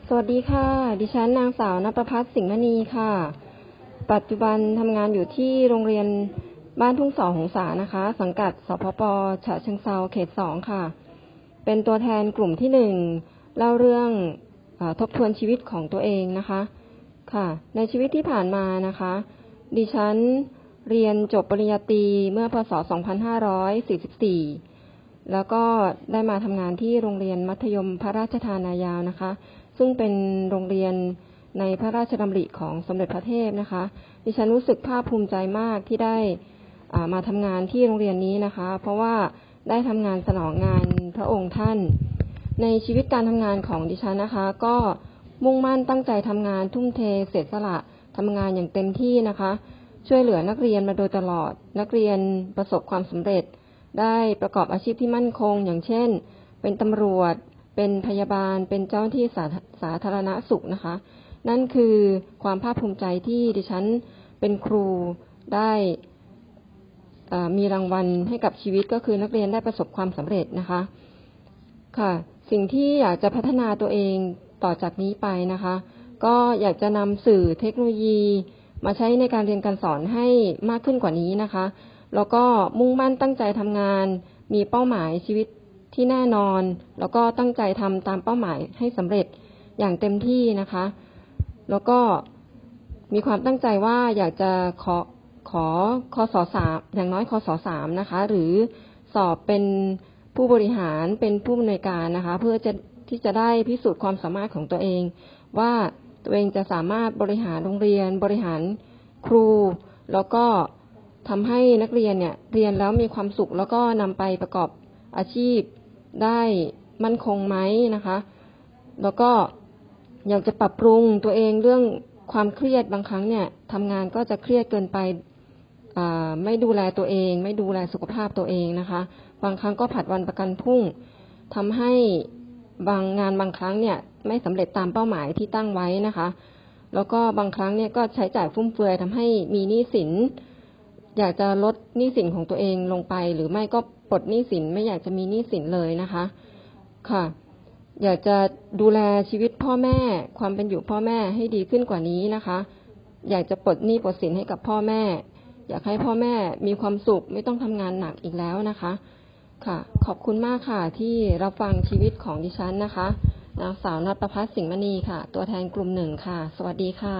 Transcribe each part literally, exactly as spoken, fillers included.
สวัสดีค่ะดิฉันนางสาวณประภัสสิงห์มณีค่ะปัจจุบันทำงานอยู่ที่โรงเรียนบ้านทุ่งสองหงสานะคะสังกัดสพปฉะเชิงเทราเขตสองค่ะเป็นตัวแทนกลุ่มที่หนึ่งเล่าเรื่องเอ่อทบทวนชีวิตของตัวเองนะคะค่ะในชีวิตที่ผ่านมานะคะดิฉันเรียนจบปริญญาตรีเมื่อพศสองพันห้าร้อยสี่สิบสี่แล้วก็ได้มาทำงานที่โรงเรียนมัธยมพระราชทานนายาวนะคะซึ่งเป็นโรงเรียนในพระราชดำริของสมเด็จพระเทพนะคะดิฉันรู้สึกภาคภูมิใจมากที่ได้มาทำงานที่โรงเรียนนี้นะคะเพราะว่าได้ทำงานสนองงานพระองค์ท่านในชีวิตการทำงานของดิฉันนะคะก็มุ่งมั่นตั้งใจทำงานทุ่มเทเสียสละทำงานอย่างเต็มที่นะคะช่วยเหลือนักเรียนมาโดยตลอดนักเรียนประสบความสำเร็จได้ประกอบอาชีพที่มั่นคงอย่างเช่นเป็นตำรวจเป็นพยาบาลเป็นเจ้าหน้าที่สาสาธารณสุขนะคะนั่นคือความภาคภูมิใจที่ดิฉันเป็นครูได้มีรางวัลให้กับชีวิตก็คือนักเรียนได้ประสบความสำเร็จนะคะค่ะสิ่งที่อยากจะพัฒนาตัวเองต่อจากนี้ไปนะคะก็อยากจะนำสื่อเทคโนโลยีมาใช้ในการเรียนการสอนให้มากขึ้นกว่านี้นะคะแล้วก็มุ่งมั่นตั้งใจทำงานมีเป้าหมายชีวิตที่แน่นอนแล้วก็ตั้งใจทำตามเป้าหมายให้สำเร็จอย่างเต็มที่นะคะแล้วก็มีความตั้งใจว่าอยากจะขอขอคศสามอย่างน้อยคศสามนะคะหรือสอบเป็นผู้บริหารเป็นผู้อำนวยการนะคะเพื่อจะที่จะได้พิสูจน์ความสามารถของตัวเองว่าตัวเองจะสามารถบริหารโรงเรียนบริหารครูแล้วก็ทำให้นักเรียนเนี่ยเรียนแล้วมีความสุขแล้วก็นำไปประกอบอาชีพได้มั่นคงไหมนะคะแล้วก็อยากจะปรับปรุงตัวเองเรื่องความเครียดบางครั้งเนี่ยทำงานก็จะเครียดเกินไปไม่ดูแลตัวเองไม่ดูแลสุขภาพตัวเองนะคะบางครั้งก็ผัดวันประกันพรุ่งทำให้บางงานบางครั้งเนี่ยไม่สำเร็จตามเป้าหมายที่ตั้งไว้นะคะแล้วก็บางครั้งเนี่ยก็ใช้จ่ายฟุ่มเฟือยทำให้มีหนี้สินอยากจะลดหนี้สินของตัวเองลงไปหรือไม่ก็ปลดหนี้สินไม่อยากจะมีหนี้สินเลยนะคะค่ะอยากจะดูแลชีวิตพ่อแม่ความเป็นอยู่พ่อแม่ให้ดีขึ้นกว่านี้นะคะอยากจะปลดหนี้ปลดสินให้กับพ่อแม่อยากให้พ่อแม่มีความสุขไม่ต้องทำงานหนักอีกแล้วนะคะค่ะขอบคุณมากค่ะที่รับฟังชีวิตของดิฉันนะคะนางสาวณประภัสสิงห์มณีค่ะตัวแทนกลุ่มหนึ่งค่ะสวัสดีค่ะ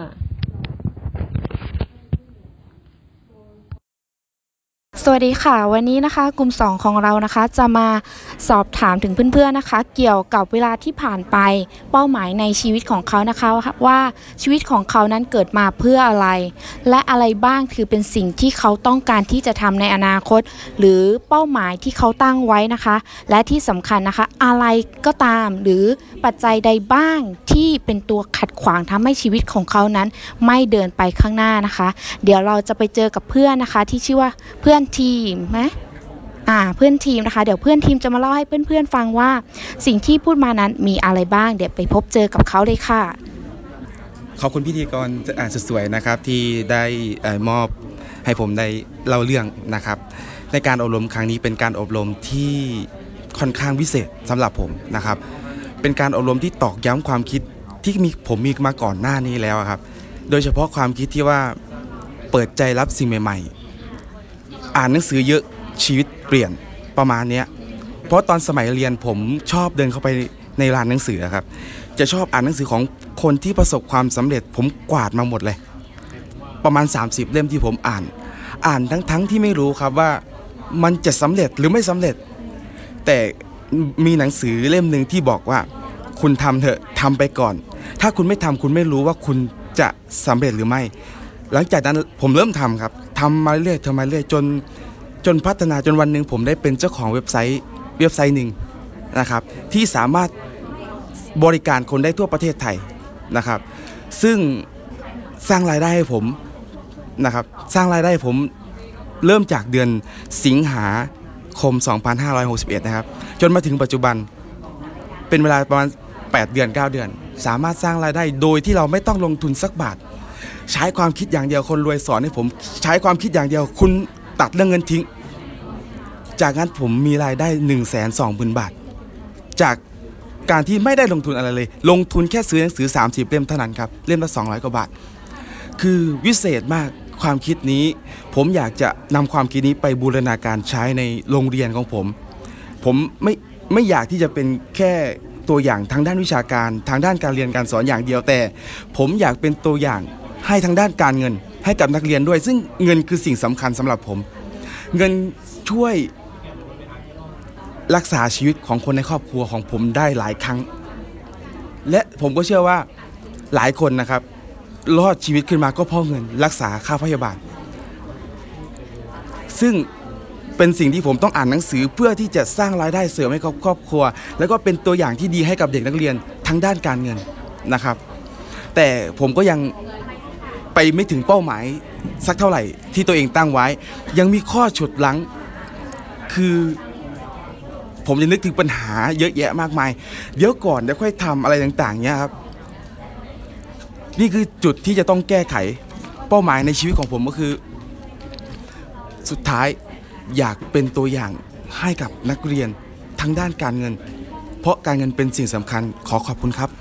สวัสดีค่ะวันนี้นะคะกลุ่มสองของเรานะคะจะมาสอบถามถึงเพื่อนๆนะคะเกี่ยวกับเวลาที่ผ่านไปเป้าหมายในชีวิตของเขานะคะว่าชีวิตของเขานั้นเกิดมาเพื่ออะไรและอะไรบ้างคือเป็นสิ่งที่เขาต้องการที่จะทำในอนาคตหรือเป้าหมายที่เขาตั้งไว้นะคะและที่สำคัญนะคะอะไรก็ตามหรือปัจจัยใดบ้างที่เป็นตัวขัดขวางทำให้ชีวิตของเขานั้นไม่เดินไปข้างหน้านะคะเดี๋ยวเราจะไปเจอกับเพื่อนนะคะที่ชื่อว่าเพื่อนทีมไหมอ่าเพื่อนทีมนะคะเดี๋ยวเพื่อนทีมจะมาเล่าให้เพื่อนๆฟังว่าสิ่งที่พูดมานั้นมีอะไรบ้างเดี๋ยวไปพบเจอกับเขาเลยค่ะขอบคุณพิธีกรอ่าสุดสวยนะครับที่ได้เอ่อมอบให้ผมได้เล่าเรื่องนะครับในการอบรมครั้งนี้เป็นการอบรมที่ค่อนข้างพิเศษสำหรับผมนะครับเป็นการอบรมที่ตอกย้ำความคิดที่มีผมมีมาก่อนหน้านี้แล้วครับโดยเฉพาะความคิดที่ว่าเปิดใจรับสิ่งใหม่ๆอ่านหนังสือเยอะชีวิตเปลี่ยนประมาณนี้เพราะตอนสมัยเรียนผมชอบเดินเข้าไปในร้านหนังสือครับจะชอบอ่านหนังสือของคนที่ประสบความสำเร็จผมกวาดมาหมดเลยประมาณสามสิบเล่มที่ผมอ่านอ่านทั้งๆที่ไม่รู้ครับว่ามันจะสำเร็จหรือไม่สำเร็จแต่มีหนังสือเล่มนึงที่บอกว่าคุณทำเถอะทำไปก่อนถ้าคุณไม่ทำคุณไม่รู้ว่าคุณจะสำเร็จหรือไม่หลังจากนั้นผมเริ่มทำครับทำมาเรื่อยทำมาเรื่อยจนจนพัฒนาจนวันนึงผมได้เป็นเจ้าของเว็บไซต์เว็บไซต์หนึ่งนะครับที่สามารถบริการคนได้ทั่วประเทศไทยนะครับซึ่งสร้างรายได้ให้ผมนะครับสร้างรายได้ให้ผมเริ่มจากเดือนสิงหาคมสองพันห้าร้อยหกสิบเอ็ดนะครับจนมาถึงปัจจุบันเป็นเวลาประมาณแปดเดือนเก้าเดือนสามารถสร้างรายได้โดยที่เราไม่ต้องลงทุนสักบาทใช้ความคิดอย่างเดียวคนรวยสอนให้ผมใช้ความคิดอย่างเดียวคุณตัดเรื่องเงินทิ้งจากนั้นผมมีรายได้ หนึ่งแสนสองหมื่น บาทจากการที่ไม่ได้ลงทุนอะไรเลยลงทุนแค่ซื้อหนังสือสามสิบเล่มเท่านั้นครับเล่มละสองร้อยกว่าบาทคือวิเศษมากความคิดนี้ผมอยากจะนำความคิดนี้ไปบูรณาการใช้ในโรงเรียนของผมผมไม่ไม่อยากที่จะเป็นแค่ตัวอย่างทางด้านวิชาการทางด้านการเรียนการสอนอย่างเดียวแต่ผมอยากเป็นตัวอย่างให้ทางด้านการเงินให้กับนักเรียนด้วยซึ่งเงินคือสิ่งสำคัญสำหรับผมเงินช่วยรักษาชีวิตของคนในครอบครัวของผมได้หลายครั้งและผมก็เชื่อว่าหลายคนนะครับรอดชีวิตขึ้นมาก็เพราะเงินรักษาค่าพยาบาลซึ่งเป็นสิ่งที่ผมต้องอ่านหนังสือเพื่อที่จะสร้างรายได้เสริมให้กับครอบครัวแล้วก็เป็นตัวอย่างที่ดีให้กับเด็กนักเรียนทั้งด้านการเงินนะครับแต่ผมก็ยังไปไม่ถึงเป้าหมายสักเท่าไหร่ที่ตัวเองตั้งไว้ยังมีข้อฉุดรั้งคือผมจะนึกถึงปัญหาเยอะแยะมากมายเดี๋ยวก่อนเดี๋ยวค่อยทำอะไรต่างๆเนี้ยครับนี่คือจุดที่จะต้องแก้ไขเป้าหมายในชีวิตของผมก็คือสุดท้ายอยากเป็นตัวอย่างให้กับนักเรียนทั้งด้านการเงินเพราะการเงินเป็นสิ่งสำคัญขอขอบคุณครับ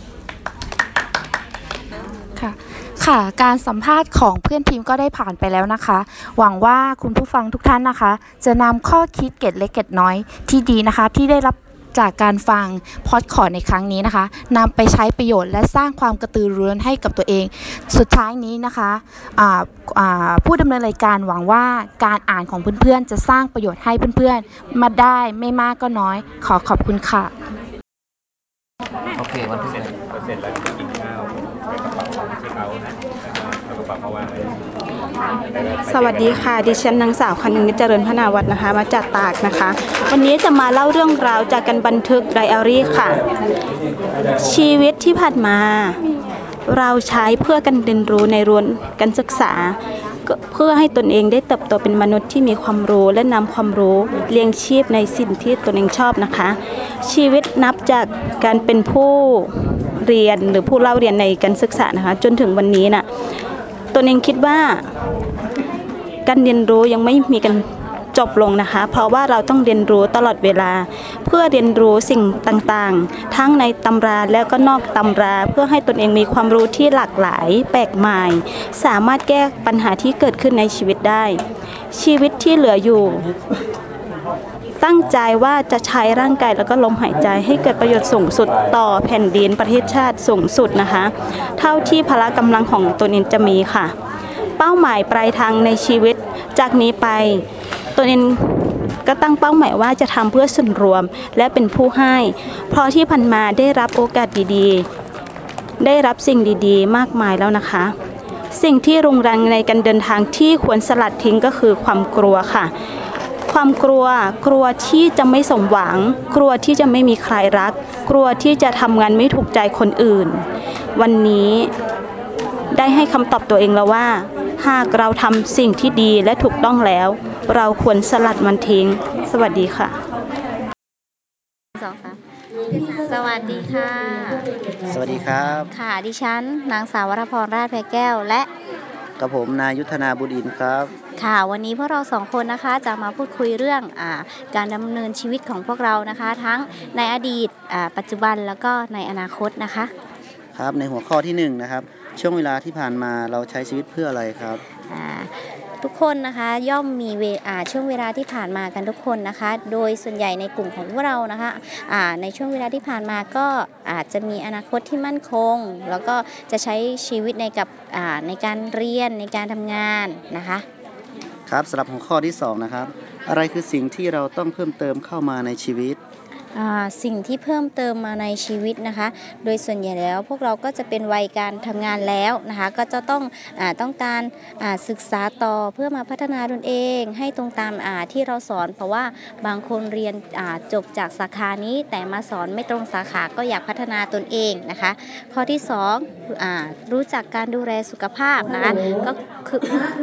ค่ะค่ะการสัมภาษณ์ของเพื่อนทีมก็ได้ผ่านไปแล้วนะคะหวังว่าคุณผู้ฟังทุกท่านนะคะจะนำข้อคิดเกร็ดเล็กเกร็ดน้อยที่ดีนะคะที่ได้รับจากการฟังพอดคาสต์ในครั้งนี้นะคะนำไปใช้ประโยชน์และสร้างความกระตือรือร้นให้กับตัวเองสุดท้ายนี้นะคะอ่าอ่าผู้ดำเนินรายการหวังว่าการอ่านของเพื่อนๆจะสร้างประโยชน์ให้เพื่อนๆมาได้ไม่มากก็น้อยขอขอบคุณค่ะโอเควันที่เสร็จเสร็จแล้วจะกินข้าวในกระเป๋าเช็คเอาท์นะแล้วก็กระเป๋าเขาวางไว้สวัสดีค่ะดิฉันนางสาวคณิตเจริญพนาวัฒน์นะคะมาจากตากนะคะวันนี้จะมาเล่าเรื่องราวจากการบันทึกไดอารี่ค่ะชีวิตที่ผ่านมาเราใช้เพื่อการเรียนรู้ในรั้วการศึกษาเพื่อให้ตนเองได้เติบโตเป็นมนุษย์ที่มีความรู้และนำความรู้เลี้ยงชีพในสิ่งที่ตนเองชอบนะคะชีวิตนับจากการเป็นผู้เรียนหรือผู้เล่าเรียนในการศึกษานะคะจนถึงวันนี้น่ะตนเองคิดว่าการเรียนรู้ยังไม่มีการจบลงนะคะเพราะว่าเราต้องเรียนรู้ตลอดเวลาเพื่อเรียนรู้สิ่งต่างๆทั้งในตำราและก็นอกตำราเพื่อให้ตนเองมีความรู้ที่หลากหลายแปลกใหม่สามารถแก้ปัญหาที่เกิดขึ้นในชีวิตได้ชีวิตที่เหลืออยู่ตั้งใจว่าจะใช้ร่างกายแล้วก็ลมหายใจให้เกิดประโยชน์สูงสุดต่อแผ่นดินประเทศชาติสูงสุดนะคะเท่าที่พละกำลังของตนเองจะมีค่ะเป้าหมายปลายทางในชีวิตจากนี้ไปตนเองก็ตั้งเป้าหมายว่าจะทำเพื่อส่วนรวมและเป็นผู้ให้เพราะที่ผ่านมาได้รับโอกาสดีๆได้รับสิ่งดีๆมากมายแล้วนะคะสิ่งที่รุงรังในการเดินทางที่ควรสลัดทิ้งก็คือความกลัวค่ะความกลัวกลัวที่จะไม่สมหวังกลัวที่จะไม่มีใครรักกลัวที่จะทำงานไม่ถูกใจคนอื่นวันนี้ได้ให้คำตอบตัวเองแล้วว่าหากเราทำสิ่งที่ดีและถูกต้องแล้วเราควรสลัดมันทิ้งสวัสดีค่ะสองสามสวัสดีค่ะสวัสดีครับค่ะดิฉันนางสาววรพรราชแพรแก้วและกับผมนายยุทธนาบุญอินทร์ครับค่ะวันนี้พวกเราสองคนนะคะจะมาพูดคุยเรื่องอ่าการดำเนินชีวิตของพวกเรานะคะทั้งในอดีตอ่าปัจจุบันแล้วก็ในอนาคตนะคะครับในหัวข้อที่หนึ่งนะครับช่วงเวลาที่ผ่านมาเราใช้ชีวิตเพื่ออะไรครับอ่าทุกคนนะคะย่อมมีเวอ่าช่วงเวลาที่ผ่านมากันทุกคนนะคะโดยส่วนใหญ่ในกลุ่มของพวกเรานะคะอ่าในช่วงเวลาที่ผ่านมาก็อาจจะมีอนาคตที่มั่นคงแล้วก็จะใช้ชีวิตในกับอ่าในการเรียนในการทำงานนะคะครับสำหรับหัวข้อที่สองนะครับอะไรคือสิ่งที่เราต้องเพิ่มเติมเข้ามาในชีวิตสิ่งที่เพิ่มเติมมาในชีวิตนะคะโดยส่วนใหญ่แล้วพวกเราก็จะเป็นวัยการทำงานแล้วนะคะก็จะต้องอ่าต้องการอ่าศึกษาต่อเพื่อมาพัฒนาตนเองให้ตรงตามอ่าที่เราสอนเพราะว่าบางคนเรียนอ่าจบจากสาขานี้แต่มาสอนไม่ตรงสาขาก็อยากพัฒนาตนเองนะคะข้อที่สองอ่ารู้จักการดูแลสุขภาพนะคะก็คือ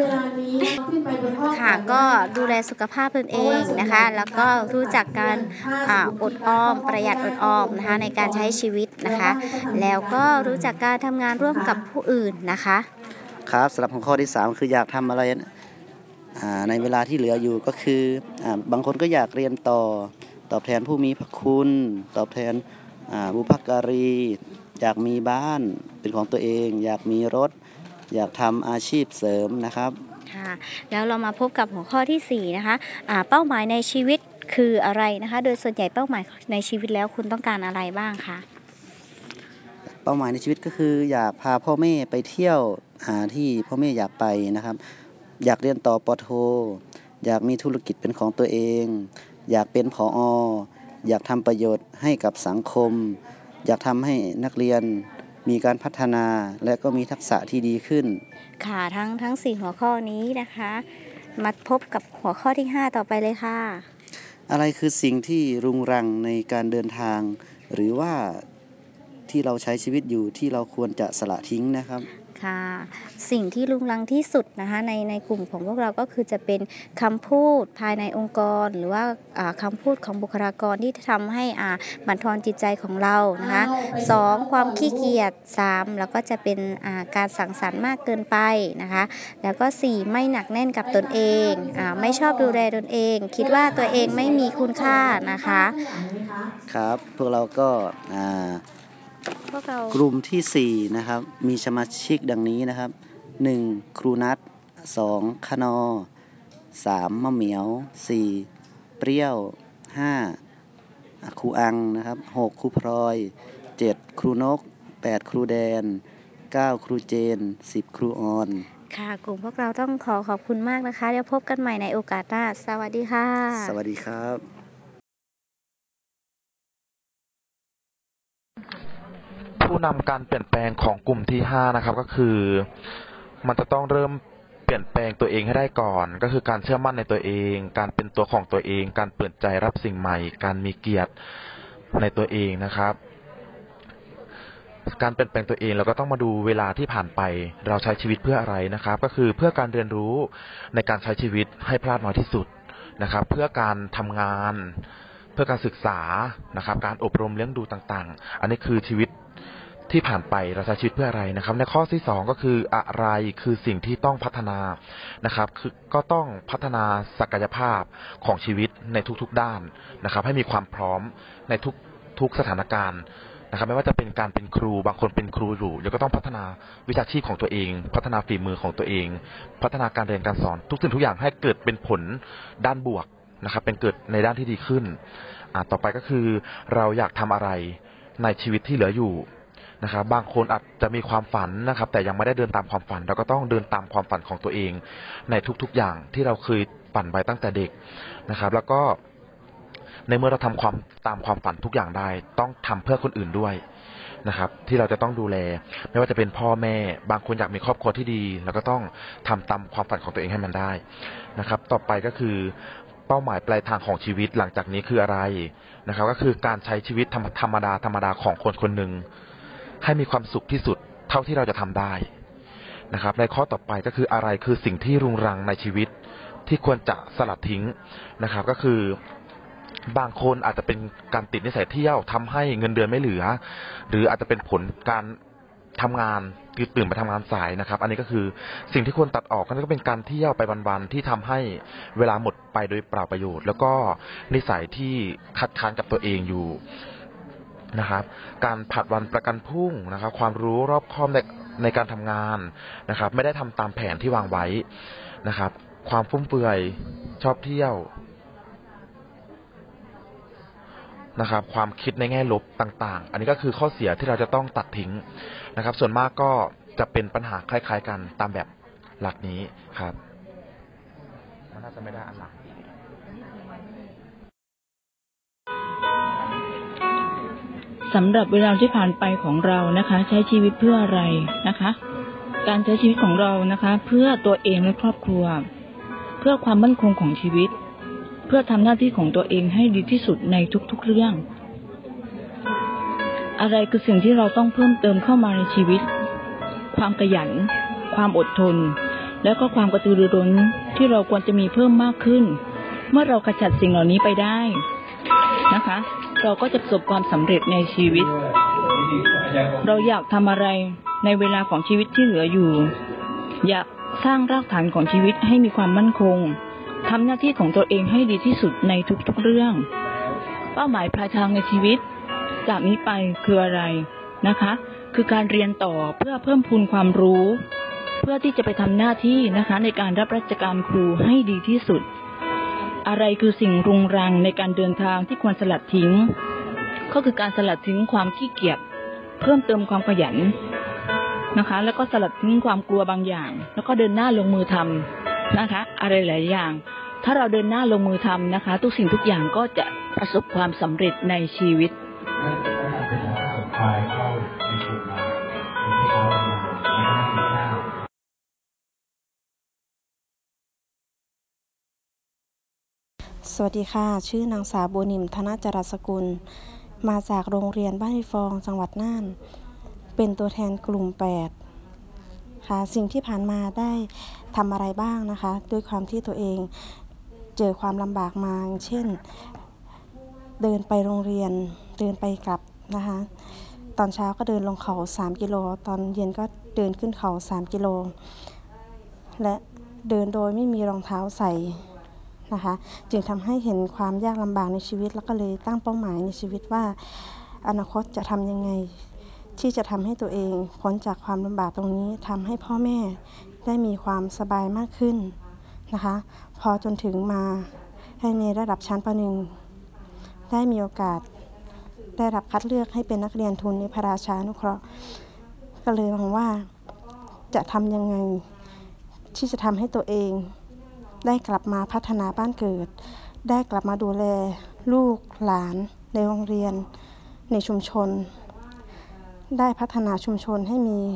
ค่ะก็ดูแลสุขภาพตนเองนะคะแล้วก็รู้จักการอ่าอดออมประหยัดอดออมนะคะในการใช้ชีวิตนะคะแล้วก็รู้จักการทำงานร่วมกับผู้อื่นนะคะครับสำหรับหัวข้อที่สามคืออยากทำอะไรในเวลาที่เหลืออยู่ก็คือบางคนก็อยากเรียนต่อตอบแทนผู้มีพระคุณตอบแทนอ่าบุพการีอยากมีบ้านเป็นของตัวเองอยากมีรถอยากทำอาชีพเสริมนะครับค่ะแล้วเรามาพบกับหัวข้อที่สี่นะคะอ่าเป้าหมายในชีวิตคืออะไรนะคะโดยส่วนใหญ่เป้าหมายในชีวิตแล้วคุณต้องการอะไรบ้างคะเป้าหมายในชีวิตก็คืออยากพาพ่อแม่ไปเที่ยวหาที่พ่อแม่อยากไปนะครับอยากเรียนต่อป.โทอยากมีธุรกิจเป็นของตัวเองอยากเป็นผอ.อยากทำประโยชน์ให้กับสังคมอยากทำให้นักเรียนมีการพัฒนาและก็มีทักษะที่ดีขึ้นค่ะทั้งทั้งสี่หัวข้อนี้นะคะมาพบกับหัวข้อที่ห้าต่อไปเลยค่ะอะไรคือสิ่งที่รุงรังในการเดินทางหรือว่าที่เราใช้ชีวิตอยู่ที่เราควรจะสละทิ้งนะครับค่ะสิ่งที่รุงรังที่สุดนะคะในในกลุ่มของพวกเราก็คือจะเป็นคำพูดภายในองค์กรหรือว่าคำพูดของบุคลากรที่ทำให้บั่นทอนจิตใจของเรานะคะสองความขี้เกียจสามแล้วก็จะเป็นการสังสรรค์มากเกินไปนะคะแล้วก็สี่ไม่หนักแน่นกับตนเองไม่ชอบดูแลตนเองคิดว่าตัวเองไม่มีคุณค่านะคะครับพวกเราก็กลุ่มที่สี่นะครับมีสมาชิกดังนี้นะครับหนึ่งครูนัทสองคนอสามมะเหมียวสี่เปรี้ยวห้าครูอังนะครับหกครูพลอยเจ็ดครูนกแปดครูแดนเก้าครูเจนสิบครูออนค่ะกลุ่มพวกเราต้องขอขอบคุณมากนะคะแล้วพบกันใหม่ในโอกาสหน้าสวัสดีค่ะสวัสดีครับผู้นำการเปลี่ยนแปลงของกลุ่มที่ห้านะครับก็คือมันจะต้องเริ่มเปลี่ยนแปลงตัวเองให้ได้ก่อนก็คือการเชื่อมั่นในตัวเองการเป็นตัวของตัวเองการเปิดใจรับสิ่งใหม่การมีเกียรติในตัวเองนะครับการเปลี่ยนแปลงตัวเองเราก็ต้องมาดูเวลาที่ผ่านไปเราใช้ชีวิตเพื่ออะไรนะครับก็คือเพื่อการเรียนรู้ในการใช้ชีวิตให้พลาดน้อยที่สุดนะครับเพื่อการทำงานเพื่อการศึกษานะครับการอบรมเลี้ยงดูต่างๆอันนี้คือชีวิตที่ผ่านไปเราใช้ชีวิตเพื่ออะไรนะครับในข้อที่สองก็คืออะไรคือสิ่งที่ต้องพัฒนานะครับคือก็ต้องพัฒนาศักยภาพของชีวิตในทุกๆด้านนะครับให้มีความพร้อมในทุกทุกสถานการณ์นะครับไม่ว่าจะเป็นการเป็นครูบางคนเป็นครูอยู่แล้วก็ต้องพัฒนาวิชาชีพของตัวเองพัฒนาฝีมือของตัวเองพัฒนาการเรียนการสอนทุกสิ่งทุกอย่างให้เกิดเป็นผลด้านบวกนะครับเป็นเกิดในด้านที่ดีขึ้นอ่าต่อไปก็คือเราอยากทำอะไรในชีวิตที่เหลืออยู่นะครับบางคนอาจจะมีความฝันนะครับแต่ยังไม่ได้เดินตามความฝันเราก็ต้องเดินตามความฝันของตัวเองในทุกๆอย่างที่เราเคยฝันไว้ตั้งแต่เด็กนะครับแล้วก็ในเมื่อเราทำความตามความฝันทุกอย่างได้ต้องทำเพื่อคนอื่นด้วยนะครับที่เราจะต้องดูแลไม่ว่าจะเป็นพ่อแม่บางคนอยากมีครอบครัวที่ดีแล้วก็ต้องทำตามความฝันของตัวเองให้มันได้นะครับต่อไปก็คือเป้าหมายปลายทางของชีวิตหลังจากนี้คืออะไรนะครับก็คือการใช้ชีวิตธรรมดาธรรมดาของคนคนหนึ่งให้มีความสุขที่สุดเท่าที่เราจะทำได้นะครับในข้อต่อไปก็คืออะไรคือสิ่งที่รุงรังในชีวิตที่ควรจะสลัดทิ้งนะครับก็คือบางคนอาจจะเป็นการติดนิสัยเที่ยวทำให้เงินเดือนไม่เหลือหรืออาจจะเป็นผลการทำงานคือตื่นไปทำงานสายนะครับอันนี้ก็คือสิ่งที่ควรตัดออกนั่นก็เป็นการเที่ยวไปวันๆที่ทำให้เวลาหมดไปโดยเปล่าประโยชน์แล้วก็นิสัยที่คัดค้านกับตัวเองอยู่นะครับการผัดวันประกันพรุ่งนะครับความรู้รอบคอบในในการทำงานนะครับไม่ได้ทำตามแผนที่วางไว้นะครับความฟุ่มเฟือยชอบเที่ยวนะครับความคิดในแง่ลบต่างๆอันนี้ก็คือข้อเสียที่เราจะต้องตัดทิ้งนะครับส่วนมากก็จะเป็นปัญหาคล้ายๆกันตามแบบหลักนี้ครับมันน่าจะไม่ได้อันหลังสำหรับเวลาที่ผ่านไปของเรานะคะใช้ชีวิตเพื่ออะไรนะคะการใช้ชีวิตของเรานะคะเพื่อตัวเองและครอบครัวเพื่อความมั่นคงของชีวิตเพื่อทำหน้าที่ของตัวเองให้ดีที่สุดในทุกๆเรื่องอะไรคือสิ่งที่เราต้องเพิ่มเติมเข้ามาในชีวิตความขยันความอดทนและก็ความกระตือรือร้นที่เราควรจะมีเพิ่มมากขึ้นเมื่อเราขจัดสิ่งเหล่านี้ไปได้นะคะเราก็จะประสบความสำเร็จในชีวิตเราอยากทำอะไรในเวลาของชีวิตที่เหลืออยู่อยากสร้างรากฐานของชีวิตให้มีความมั่นคงทำหน้าที่ของตัวเองให้ดีที่สุดในทุกๆเรื่องเป้าหมายปลายทางในชีวิตจากนี้ไปคืออะไรนะคะคือการเรียนต่อเพื่อเพิ่มพูนความรู้เพื่อที่จะไปทำหน้าที่นะคะในการรับราชการครูให้ดีที่สุดอะไรคือสิ่งรุงรังในการเดินทางที่ควรสลัดทิ้งก็คือการสลัดทิ้งความขี้เกียจเพิ่มเติมความขยันนะคะแล้วก็สลัดทิ้งความกลัวบางอย่างแล้วก็เดินหน้าลงมือทำนะคะอะไรหลายอย่างถ้าเราเดินหน้าลงมือทำนะคะทุกสิ่งทุกอย่างก็จะประสบความสำเร็จในชีวิตสวัสดีค่ะชื่อนางสาวบัวนิมธนจรัสกุลมาจากโรงเรียนบ้านฟองจังหวัดน่านเป็นตัวแทนกลุ่มแปดค่ะสิ่งที่ผ่านมาได้ทำอะไรบ้างนะคะด้วยความที่ตัวเองเจอความลำบากมาอย่างเช่นเดินไปโรงเรียนเดินไปกลับนะคะตอนเช้าก็เดินลงเขาสามกิโลตอนเย็นก็เดินขึ้นเขาสามกิโลและเดินโดยไม่มีรองเท้าใส่นะคะจึงทำให้เห็นความยากลำบากในชีวิตแล้วก็เลยตั้งเป้าหมายในชีวิตว่าอนาคตจะทำยังไงที่จะทำให้ตัวเองพ้นจากความลำบากตรงนี้ทำให้พ่อแม่ได้มีความสบายมากขึ้นนะคะพอจนถึงมาให้ในระดับชั้นป หนึ่ง ได้มีโอกาสได้รับคัดเลือกให้เป็นนักเรียนทุนในพระราชานุเคราะห์ก็เลยหวังว่าจะทำยังไงที่จะทำให้ตัวเองได้กลับมาพัฒนาบ้านเกิดได้กลับมาดูแลลูกหลานในโรงเรียนในชุมชนได้พัฒนาชุมชนให้มี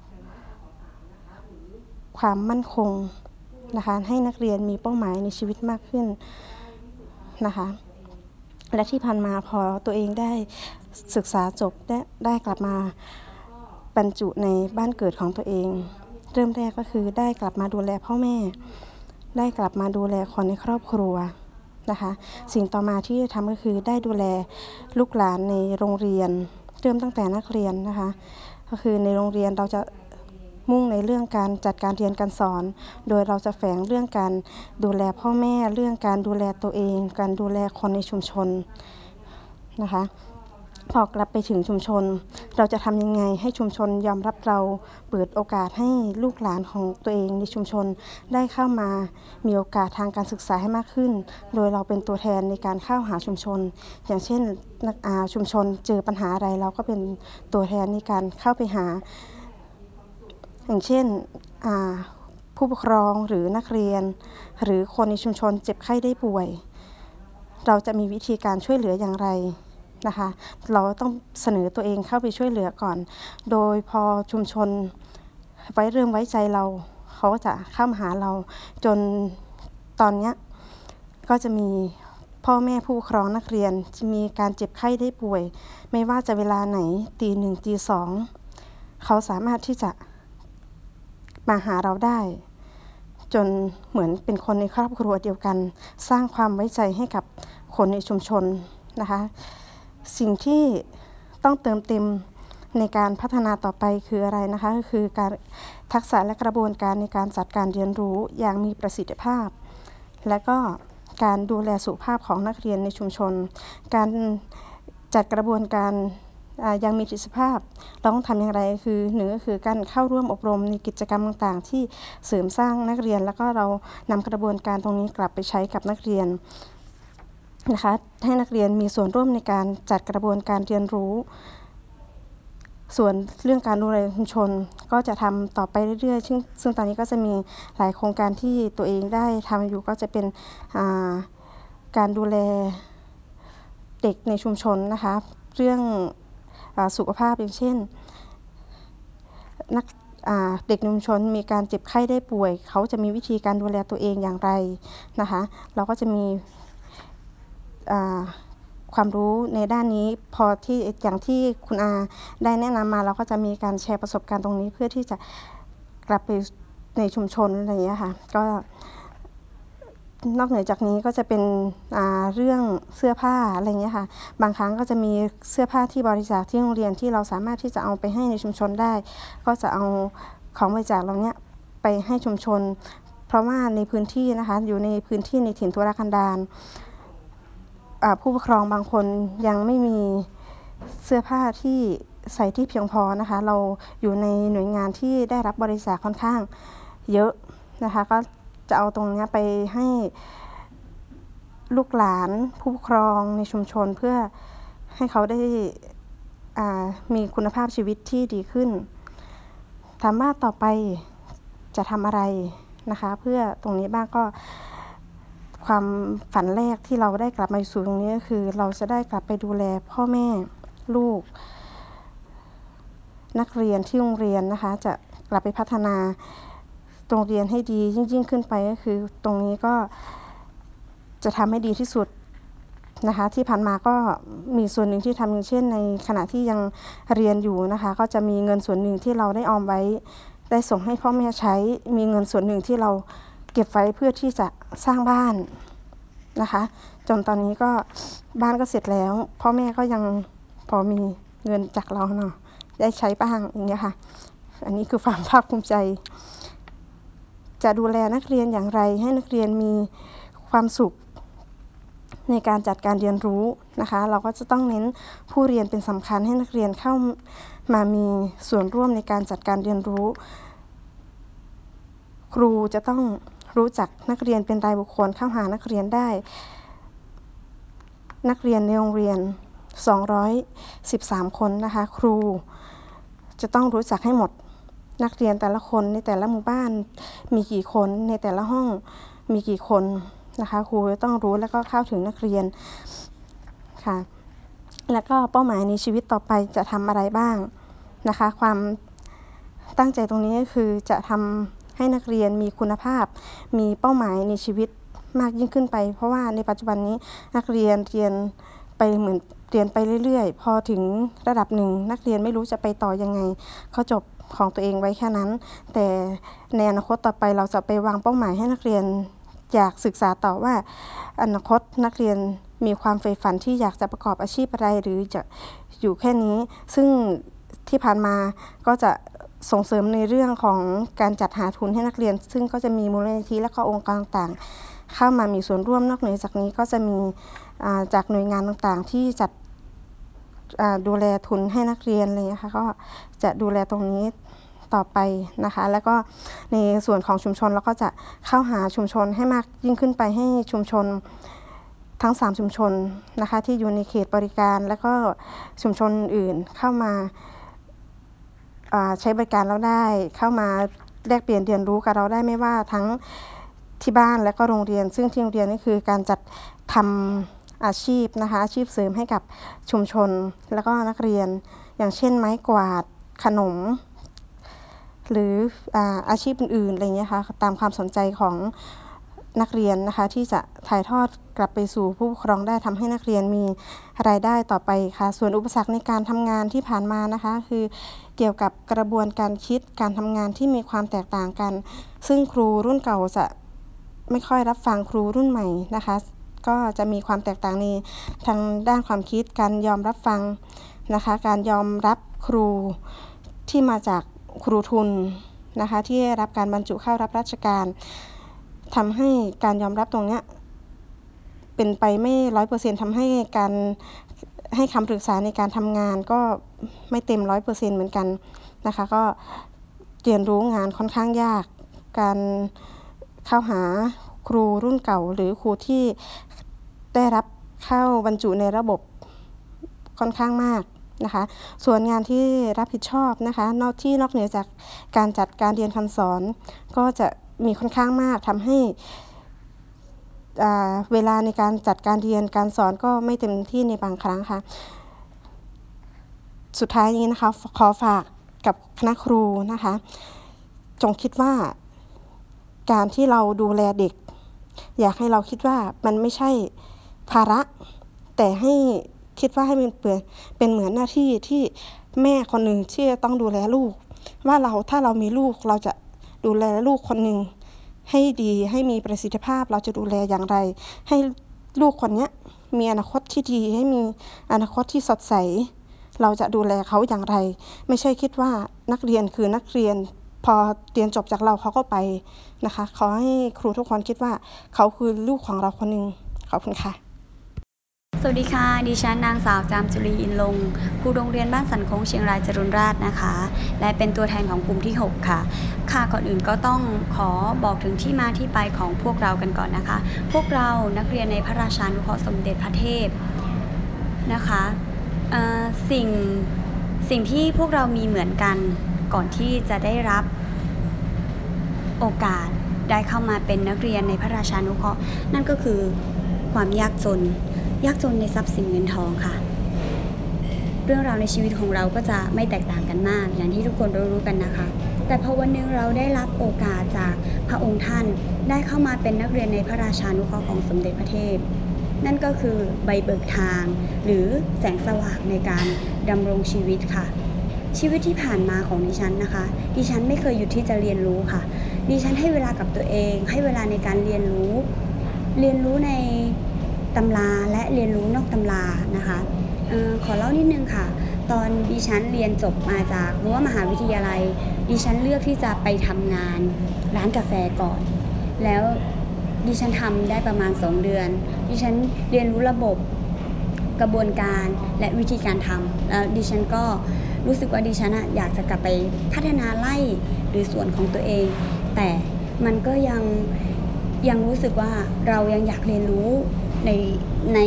ความมั่นคงนะคะให้นักเรียนมีเป้าหมายในชีวิตมากขึ้นนะคะและที่ผ่านมาพอตัวเองได้ศึกษาจบได้ได้กลับมาบรรจุในบ้านเกิดของตัวเองเริ่มแรกก็คือได้กลับมาดูแลพ่อแม่ได้กลับมาดูแลคนในครอบครัวนะคะสิ่งต่อมาที่ทำก็คือได้ดูแลลูกหลานในโรงเรียนเริ่มตั้งแต่นักเรียนนะคะก็คือในโรงเรียนเราจะมุ่งในเรื่องการจัดการเรียนการสอนโดยเราจะแฝงเรื่องการดูแลพ่อแม่เรื่องการดูแลตัวเองการดูแลคนในชุมชนนะคะพอกลับไปถึงชุมชนเราจะทำยังไงให้ชุมชนยอมรับเราเปิดโอกาสให้ลูกหลานของตัวเองในชุมชนได้เข้ามามีโอกาสทางการศึกษาให้มากขึ้นโดยเราเป็นตัวแทนในการเข้าหาชุมชนอย่างเช่นชุมชนเจอปัญหาอะไรเราก็เป็นตัวแทนในการเข้าไปหาอย่างเช่นผู้ปกครองหรือนักเรียนหรือคนในชุมชนเจ็บไข้ได้ป่วยเราจะมีวิธีการช่วยเหลืออย่างไรนะคะเราต้องเสนอตัวเองเข้าไปช่วยเหลือก่อนโดยพอชุมชนไว้เริ่มไว้ใจเราเขาจะเข้ามาหาเราจนตอนนี้ก็จะมีพ่อแม่ผู้ปกครองนักเรียนจะมีการเจ็บไข้ได้ป่วยไม่ว่าจะเวลาไหนตีหนึ่งตีสองเขาสามารถที่จะมาหาเราได้จนเหมือนเป็นคนในครอบครัวเดียวกันสร้างความไว้ใจให้กับคนในชุมชนนะคะสิ่งที่ต้องเติมเต็มในการพัฒนาต่อไปคืออะไรนะคะก็คือการทักษะและกระบวนการในการจัดการเรียนรู้อย่างมีประสิทธิภาพและก็การดูแลสุขภาพของนักเรียนในชุมชนการจัดกระบวนการยังมีประสิทธิภาพเราต้องทำอย่างไรคือหนึ่งก็คือการเข้าร่วมอบรมในกิจกรรมต่างๆที่เสริมสร้างนักเรียนแล้วก็เรานำกระบวนการตรงนี้กลับไปใช้กับนักเรียนนะคะให้นักเรียนมีส่วนร่วมในการจัดกระบวนการเรียนรู้ส่วนเรื่องการดูแลชุมชนก็จะทำต่อไปเรื่อยๆซึ่งซึ่งตอนนี้ก็จะมีหลายโครงการที่ตัวเองได้ทำอยู่ก็จะเป็นการดูแลเด็กในชุมชนนะคะเรื่องสุขภาพอย่างเช่นนักเด็กในชุมชนมีการเจ็บไข้ได้ป่วยเขาจะมีวิธีการดูแลตัวเองอย่างไรนะคะเราก็จะมีความรู้ในด้านนี้พอที่อย่างที่คุณอาได้แนะนำมาเราก็จะมีการแชร์ประสบการณ์ตรงนี้เพื่อที่จะกลับไปในชุมชนอะไรอย่างเงี้ยค่ะก็นอกเหนือจากนี้ก็จะเป็นเรื่องเสื้อผ้าอะไรอย่างเงี้ยค่ะบางครั้งก็จะมีเสื้อผ้าที่บริจาคที่โรงเรียนที่เราสามารถที่จะเอาไปให้ในชุมชนได้ก็จะเอาของบริจาคเหล่านี้ไปให้ชุมชนเพราะว่าในพื้นที่นะคะอยู่ในพื้นที่ในถิ่นทุรกันดารผู้ปกครองบางคนยังไม่มีเสื้อผ้าที่ใส่ที่เพียงพอนะคะเราอยู่ในหน่วยงานที่ได้รับบริจาคค่อนข้างเยอะนะคะก็จะเอาตรงนี้ไปให้ลูกหลานผู้ปกครองในชุมชนเพื่อให้เขาได้มีคุณภาพชีวิตที่ดีขึ้นถามว่าต่อไปจะทำอะไรนะคะเพื่อตรงนี้บ้างก็ความฝันแรกที่เราได้กลับมาสู่ตรงนี้ก็คือเราจะได้กลับไปดูแลพ่อแม่ลูกนักเรียนที่โรงเรียนนะคะจะกลับไปพัฒนาโรงเรียนให้ดียิ่งๆขึ้นไปก็คือตรงนี้ก็จะทำให้ดีที่สุดนะคะที่ผ่านมาก็มีส่วนหนึ่งที่ทำอย่างเช่นในขณะที่ยังเรียนอยู่นะคะก็จะมีเงินส่วนหนึ่งที่เราได้ออมไว้ได้ส่งให้พ่อแม่ใช้มีเงินส่วนหนึ่งที่เราเก็บไว้เพื่อที่จะสร้างบ้านนะคะจนตอนนี้ก็บ้านก็เสร็จแล้วพ่อแม่ก็ยังพอมีเงินจากเราเนาะได้ใช้บ้างอย่างเงี้ยค่ะอันนี้คือความภาคภูมิใจจะดูแลนักเรียนอย่างไรให้นักเรียนมีความสุขในการจัดการเรียนรู้นะคะเราก็จะต้องเน้นผู้เรียนเป็นสำคัญให้นักเรียนเข้ามามีส่วนร่วมในการจัดการเรียนรู้ครูจะต้องรู้จักนักเรียนเป็นรายบุคคลเข้าหานักเรียนได้นักเรียนในโรงเรียนสองร้อยสิบสามคนนะคะครูจะต้องรู้จักให้หมดนักเรียนแต่ละคนในแต่ละหมู่บ้านมีกี่คนในแต่ละห้องมีกี่คนนะคะครูต้องรู้แล้วก็เข้าถึงนักเรียนค่ะแล้วก็เป้าหมายในชีวิตต่อไปจะทำอะไรบ้างนะคะความตั้งใจตรงนี้ก็คือจะทำให้นักเรียนมีคุณภาพมีเป้าหมายในชีวิตมากยิ่งขึ้นไปเพราะว่าในปัจจุบันนี้นักเรียนเรียนไปเหมือนเรียนไปเรื่อยๆพอถึงระดับหนึ่งนักเรียนไม่รู้จะไปต่อยังไงเขาจบของตัวเองไว้แค่นั้นแต่ในอนาคตต่อไปเราจะไปวางเป้าหมายให้นักเรียนอยากศึกษาต่อว่าอนาคตนักเรียนมีความใฝ่ฝันที่อยากจะประกอบอาชีพอะไรหรือจะอยู่แค่นี้ซึ่งที่ผ่านมาก็จะส่งเสริมในเรื่องของการจัดหาทุนให้นักเรียนซึ่งก็จะมีมูลนิธิและก็องค์กรต่างๆเข้ามามีส่วนร่วมนอกเหนือจากนี้ก็จะมีจากหน่วยงานต่างๆที่จัดดูแลทุนให้นักเรียนเลยนะคะก็จะดูแลตรงนี้ต่อไปนะคะแล้วก็ในส่วนของชุมชนเราก็จะเข้าหาชุมชนให้มากยิ่งขึ้นไปให้ชุมชนทั้งสามชุมชนนะคะที่อยู่ในเขตบริการแล้วก็ชุมชนอื่นเข้ามาใช้บริการเราได้เข้ามาแลกเปลี่ยนเรียนรู้กับเราได้ไม่ว่าทั้งที่บ้านและก็โรงเรียนซึ่งที่โรงเรียนนี่คือการจัดทำอาชีพนะคะอาชีพเสริมให้กับชุมชนแล้วก็นักเรียนอย่างเช่นไม้กวาดขนมหรืออาชีพอื่นๆอะไรเงี้ยค่ะตามความสนใจของนักเรียนนะคะที่จะถ่ายทอดกลับไปสู่ผู้ปกครองได้ทำให้นักเรียนมีรายได้ต่อไปค่ะส่วนอุปสรรคในการทำงานที่ผ่านมานะคะคือเกี่ยวกับกระบวนการคิดการทำงานที่มีความแตกต่างกันซึ่งครูรุ่นเก่าจะไม่ค่อยรับฟังครูรุ่นใหม่นะคะก็จะมีความแตกต่างในทางด้านความคิดการยอมรับฟังนะคะการยอมรับครูที่มาจากครูทุนนะคะที่ได้รับการบรรจุเข้ารับราชการทำให้การยอมรับตรงนี้เป็นไปไม่ ร้อยเปอร์เซ็นต์ ทำให้การให้คำปรึกษาในการทำงานก็ไม่เต็ม ร้อยเปอร์เซ็นต์ เหมือนกันนะคะก็เรียนรู้งานค่อนข้างยากการเข้าหาครูรุ่นเก่าหรือครูที่ได้รับเข้าบรรจุในระบบค่อนข้างมากนะคะส่วนงานที่รับผิดชอบนะคะนอกที่นอกเหนือจากการจัดการเรียนการสอนก็จะมีค่อนข้างมากทำให้เวลาในการจัดการเรียนการสอนก็ไม่เต็มที่ในบางครั้งค่ะสุดท้ายนี้นะคะขอฝากกับคณะครูนะคะจงคิดว่าการที่เราดูแลเด็กอยากให้เราคิดว่ามันไม่ใช่ภาระแต่ให้คิดว่าให้มันเป็นเหมือนหน้าที่ที่แม่คนหนึ่งที่จะต้องดูแลลูกว่าเราถ้าเรามีลูกเราจะดูแลลูกคนหนึ่งให้ดีให้มีประสิทธิภาพเราจะดูแลอย่างไรให้ลูกคนนี้มีอนาคตที่ดีให้มีอนาคตที่สดใสเราจะดูแลเขาอย่างไรไม่ใช่คิดว่านักเรียนคือนักเรียนพอเรียนจบจากเราเขาก็ไปนะคะขอให้ครูทุกคนคิดว่าเขาคือลูกของเราคนหนึ่งขอบคุณค่ะสวัสดีค่ะดิฉันนางสาวจามจุลีอินลงครูโรงเรียนบ้านสันโค้งเชียงรายจรุณราษฎร์นะคะและเป็นตัวแทนของกลุ่มที่หกค่ะค่ะก่อนอื่นก็ต้องขอบอกถึงที่มาที่ไปของพวกเรากันก่อนนะคะพวกเรานักเรียนในพระราชานุเคราะห์สมเด็จพระเทพนะคะสิ่งสิ่งที่พวกเรามีเหมือนกันก่อนที่จะได้รับโอกาสได้เข้ามาเป็นนักเรียนในพระราชานุเคราะห์นั่นก็คือความยากจนยากจนในทรัพย์สินเงินทองค่ะเรื่องราวในชีวิตของเราก็จะไม่แตกต่างกันมากอย่างที่ทุกคนรู้ๆกันนะคะแต่พอวันนึงเราได้รับโอกาสจากพระองค์ท่านได้เข้ามาเป็นนักเรียนในพระราชานุเคราะห์ของสมเด็จพระเทพนั่นก็คือใบเบิกทางหรือแสงสว่างในการดำรงชีวิตค่ะชีวิตที่ผ่านมาของดิฉันนะคะดิฉันไม่เคยหยุดที่จะเรียนรู้ค่ะดิฉันให้เวลากับตัวเองให้เวลาในการเรียนรู้เรียนรู้ในตำราและเรียนรู้นอกตำรานะคะเอ่อขอเล่านิดนึงค่ะตอนดิฉันเรียนจบมาจากรั้วมหาวิทยาลัยดิฉันเลือกที่จะไปทำงานร้านกาแฟก่อนแล้วดิฉันทำได้ประมาณสองเดือนดิฉันเรียนรู้ระบบกระบวนการและวิธีการทำแล้วดิฉันก็รู้สึกว่าดิฉันอยากจะกลับไปพัฒนาไร่หรือสวนของตัวเองแต่มันก็ยังยังรู้สึกว่าเรายังอยากเรียนรู้ในใน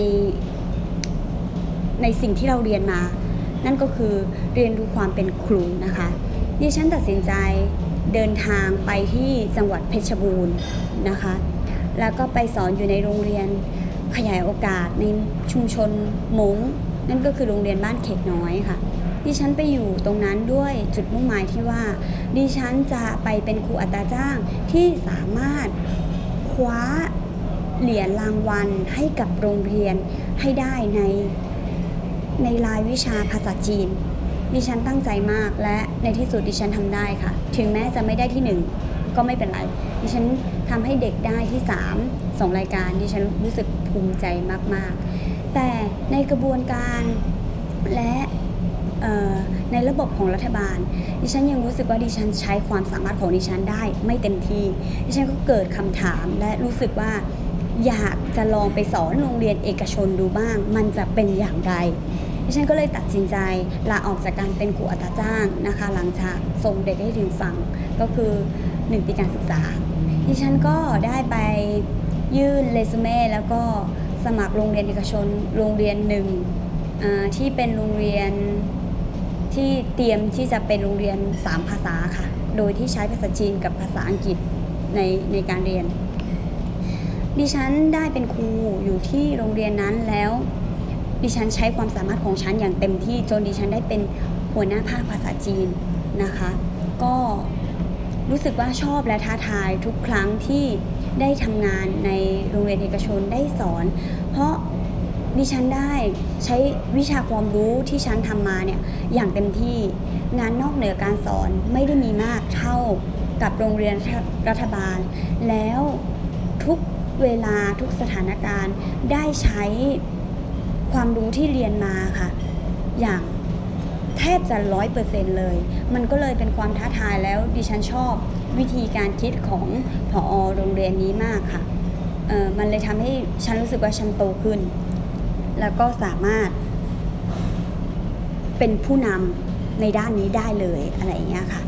ในสิ่งที่เราเรียนมานั่นก็คือเรียนรู้ความเป็นครูนะคะดิฉันตัดสินใจเดินทางไปที่จังหวัดเพชรบูรณ์นะคะแล้วก็ไปสอนอยู่ในโรงเรียนขยายโอกาสในชุมชนม้งนั่นก็คือโรงเรียนบ้านเขกน้อยค่ะดิฉันไปอยู่ตรงนั้นด้วยจุดมุ่งหมายที่ว่าดิฉันจะไปเป็นครูอัตราจ้างที่สามารถคว้าเหรียญรางวัลให้กับโรงเรียนให้ได้ในในรายวิชาภาษาจีนดิฉันตั้งใจมากและในที่สุดดิฉันทำได้ค่ะถึงแม้จะไม่ได้ที่หนึ่งก็ไม่เป็นไรดิฉันทำให้เด็กได้ที่สามสองรายการดิฉันรู้สึกภูมิใจมากๆแต่ในกระบวนการและในระบบของรัฐบาลดิฉันยังรู้สึกว่าดิฉันใช้ความสามารถของดิฉันได้ไม่เต็มที่ดิฉันก็เกิดคำถามและรู้สึกว่าอยากจะลองไปสอนโรงเรียนเอกชนดูบ้างมันจะเป็นอย่างไรดิฉันก็เลยตัดสินใจลาออกจากการเป็นครูอัตราจ้างนะคะหลังจากส่งเด็กให้ถึงฝั่งก็คือหนึ่งปีการศึกษาดิฉันก็ได้ไปยื่นเรซูเม่แล้วก็สมัครโรงเรียนเอกชนโรงเรียนหนึ่งที่เป็นโรงเรียนที่เตรียมที่จะเป็นโรงเรียนสามภาษาค่ะโดยที่ใช้ภาษาจีนกับภาษาอังกฤษในในการเรียนดิฉันได้เป็นครูอยู่ที่โรงเรียนนั้นแล้วดิฉันใช้ความสามารถของฉันอย่างเต็มที่จนดิฉันได้เป็นหัวหน้าภาคภาษาจีนนะคะก็รู้สึกว่าชอบและท้าทายทุกครั้งที่ได้ทำงานในโรงเรียนเอกชนได้สอนเพราะดิฉันได้ใช้วิชาความรู้ที่ฉันทำมาเนี่ยอย่างเต็มที่งานนอกเหนือการสอนไม่ได้มีมากเท่ากับโรงเรียนรัฐบาลแล้วทุกเวลาทุกสถานการณ์ได้ใช้ความรู้ที่เรียนมาค่ะอย่างแทบจะร้อยเปอร์เซ็นต์เลยมันก็เลยเป็นความท้าทายแล้วดิฉันชอบวิธีการคิดของผอ.โรงเรียนนี้มากค่ะเอ่อมันเลยทำให้ฉันรู้สึกว่าฉันโตขึ้นแล้วก็สามารถเป็นผู้นำในด้านนี้ได้เลยอะไรอย่างเงี้ยค่ะ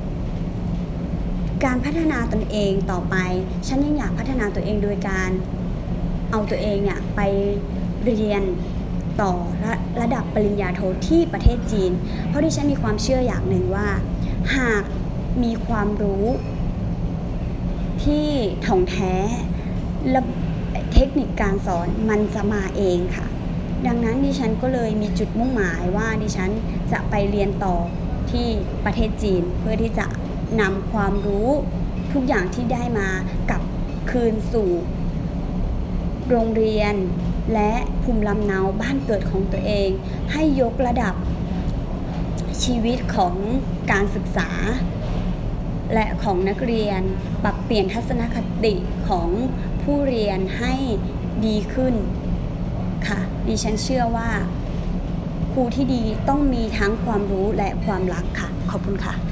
การพัฒนาตนเองต่อไปฉันยังอยากพัฒนาตัวเองโดยการเอาตัวเองเนี่ยไปเรียนต่อระระดับปริญญาโทที่ประเทศจีนเพราะที่ฉันมีความเชื่ออย่างหนึ่งว่าหากมีความรู้ที่ถ่องแท้และเทคนิคการสอนมันจะมาเองค่ะดังนั้นดิฉันก็เลยมีจุดมุ่งหมายว่าดิฉันจะไปเรียนต่อที่ประเทศจีนเพื่อที่จะนำความรู้ทุกอย่างที่ได้มากลับคืนสู่โรงเรียนและภูมิลำเนาบ้านเกิดของตัวเองให้ยกระดับชีวิตของการศึกษาและของนักเรียนปรับเปลี่ยนทัศนคติของผู้เรียนให้ดีขึ้นค่ะดิฉันเชื่อว่าครูที่ดีต้องมีทั้งความรู้และความรักค่ะขอบคุณค่ะ